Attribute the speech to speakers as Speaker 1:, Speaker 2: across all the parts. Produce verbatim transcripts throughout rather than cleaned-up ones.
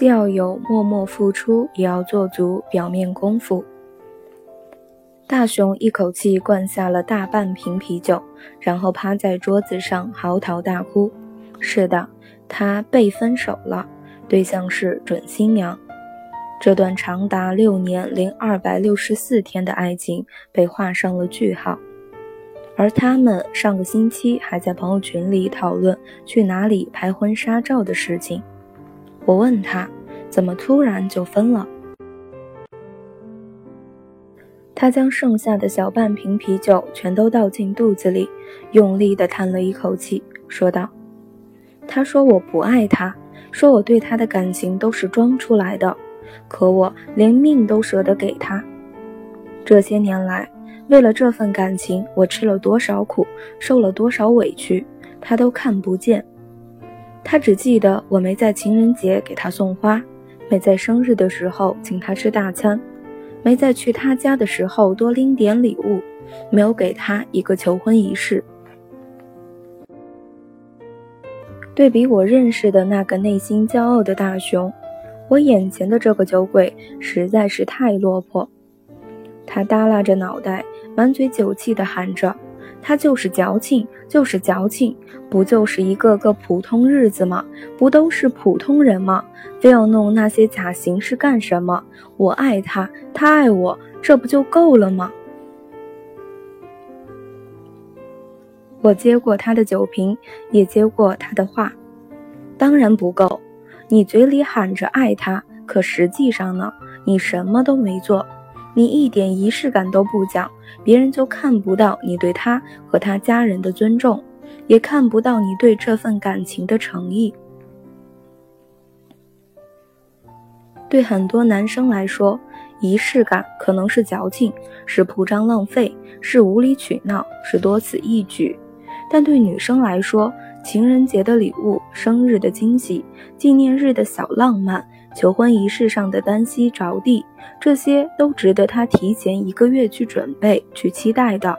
Speaker 1: 既要有默默付出，也要做足表面功夫。大雄一口气灌下了大半瓶啤酒，然后趴在桌子上嚎啕大哭。是的，他被分手了，对象是准新娘。这段长达六年零二百六十四天的爱情被画上了句号。而他们上个星期还在朋友群里讨论去哪里拍婚纱照的事情。我问他，怎么突然就分了？他将剩下的小半瓶啤酒全都倒进肚子里，用力地叹了一口气，说道：他说我不爱他，说我对他的感情都是装出来的，可我连命都舍得给他。这些年来，为了这份感情，我吃了多少苦，受了多少委屈，他都看不见。他只记得我没在情人节给他送花，没在生日的时候请他吃大餐，没在去他家的时候多拎点礼物，没有给他一个求婚仪式。对比我认识的那个内心骄傲的大雄，我眼前的这个酒鬼实在是太落魄。他耷拉着脑袋，满嘴酒气地喊着，他就是矫情，就是矫情，不就是一个个普通日子吗？不都是普通人吗？非要弄那些假形式干什么？我爱他，他爱我，这不就够了吗？我接过他的酒瓶，也接过他的话。当然不够，你嘴里喊着爱他，可实际上呢，你什么都没做，你一点仪式感都不讲，别人就看不到你对他和他家人的尊重，也看不到你对这份感情的诚意。对很多男生来说，仪式感可能是矫情，是铺张浪费，是无理取闹，是多此一举。但对女生来说，情人节的礼物，生日的惊喜，纪念日的小浪漫，求婚仪式上的单膝着地，这些都值得她提前一个月去准备，去期待的。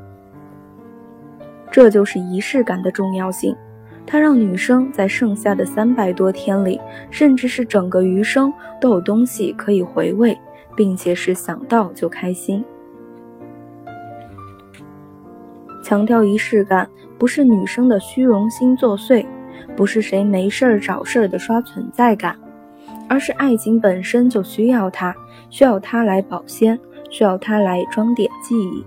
Speaker 1: 这就是仪式感的重要性，它让女生在剩下的三百多天里，甚至是整个余生，都有东西可以回味，并且是想到就开心。强调仪式感，不是女生的虚荣心作祟，不是谁没事儿找事儿的刷存在感，而是爱情本身就需要它，需要它来保鲜，需要它来装点记忆。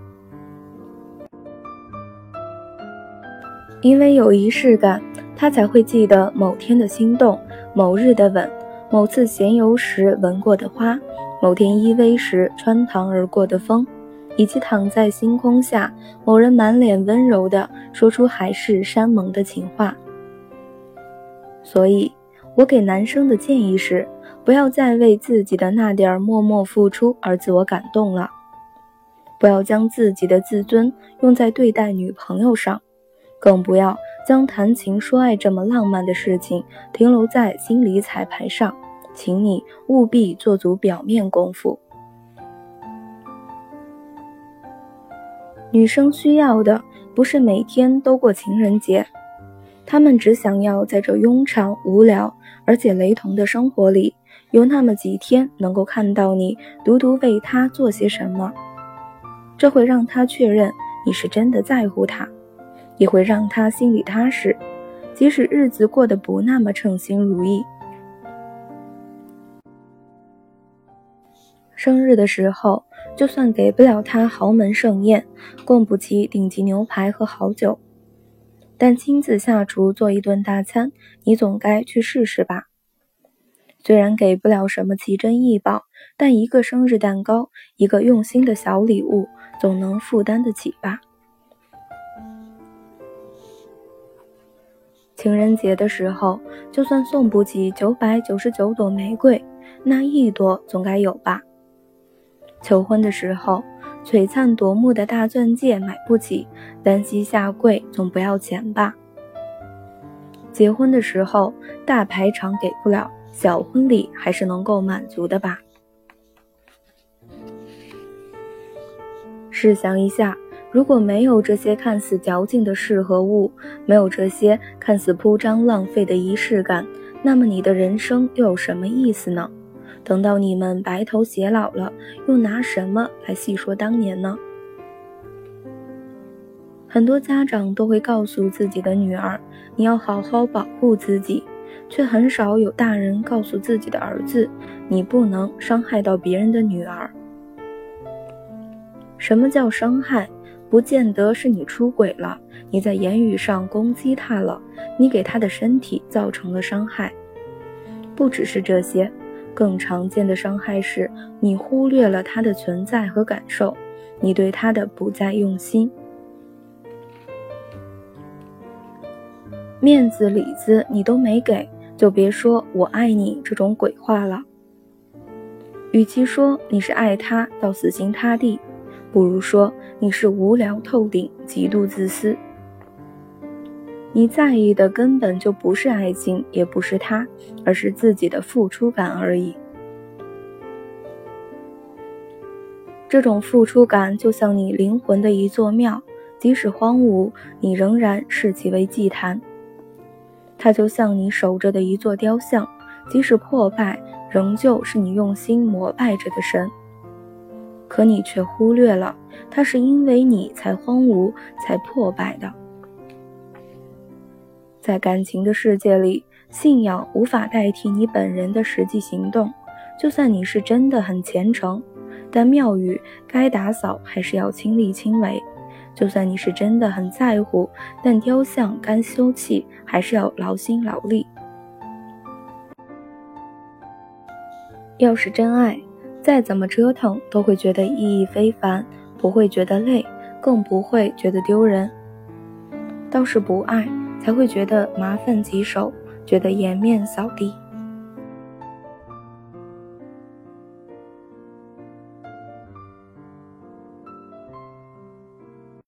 Speaker 1: 因为有仪式感，他才会记得某天的心动，某日的吻，某次闲游时闻过的花，某天依偎时穿堂而过的风，以及躺在星空下，某人满脸温柔地说出海誓山盟的情话。所以，我给男生的建议是，不要再为自己的那点默默付出而自我感动了，不要将自己的自尊用在对待女朋友上，更不要将谈情说爱这么浪漫的事情停留在心理彩排上，请你务必做足表面功夫。女生需要的不是每天都过情人节，她们只想要在这庸常、无聊而且雷同的生活里，有那么几天能够看到你独独为她做些什么。这会让她确认你是真的在乎她，也会让她心里踏实，即使日子过得不那么称心如意。生日的时候，就算给不了他豪门盛宴，供不起顶级牛排和好酒，但亲自下厨做一顿大餐，你总该去试试吧。虽然给不了什么奇珍异宝，但一个生日蛋糕，一个用心的小礼物，总能负担得起吧。情人节的时候，就算送不起九百九十九朵玫瑰，那一朵总该有吧。求婚的时候，璀璨夺目的大钻戒买不起，单膝下跪总不要钱吧。结婚的时候，大排场给不了，小婚礼还是能够满足的吧。试想一下，如果没有这些看似矫情的事和物，没有这些看似铺张浪费的仪式感， 那么你的人生又有什么意思呢？等到你们白头偕老了，又拿什么来细说当年呢？很多家长都会告诉自己的女儿，你要好好保护自己，却很少有大人告诉自己的儿子，你不能伤害到别人的女儿。什么叫伤害？不见得是你出轨了，你在言语上攻击他了，你给他的身体造成了伤害。不只是这些，更常见的伤害是你忽略了他的存在和感受，你对他的不再用心。面子里子你都没给，就别说我爱你这种鬼话了。与其说你是爱他到死心塌地，不如说你是无聊透顶，极度自私。你在意的根本就不是爱情，也不是他，而是自己的付出感而已。这种付出感就像你灵魂的一座庙，即使荒芜，你仍然视其为祭坛。它就像你守着的一座雕像，即使破败，仍旧是你用心膜拜着的神。可你却忽略了，它是因为你才荒芜，才破败的。在感情的世界里，信仰无法代替你本人的实际行动。就算你是真的很虔诚，但庙宇该打扫还是要亲力亲为。就算你是真的很在乎，但雕像该修葺还是要劳心劳力。要是真爱，再怎么折腾都会觉得意义非凡，不会觉得累，更不会觉得丢人。倒是不爱，才会觉得麻烦棘手，觉得颜面扫地。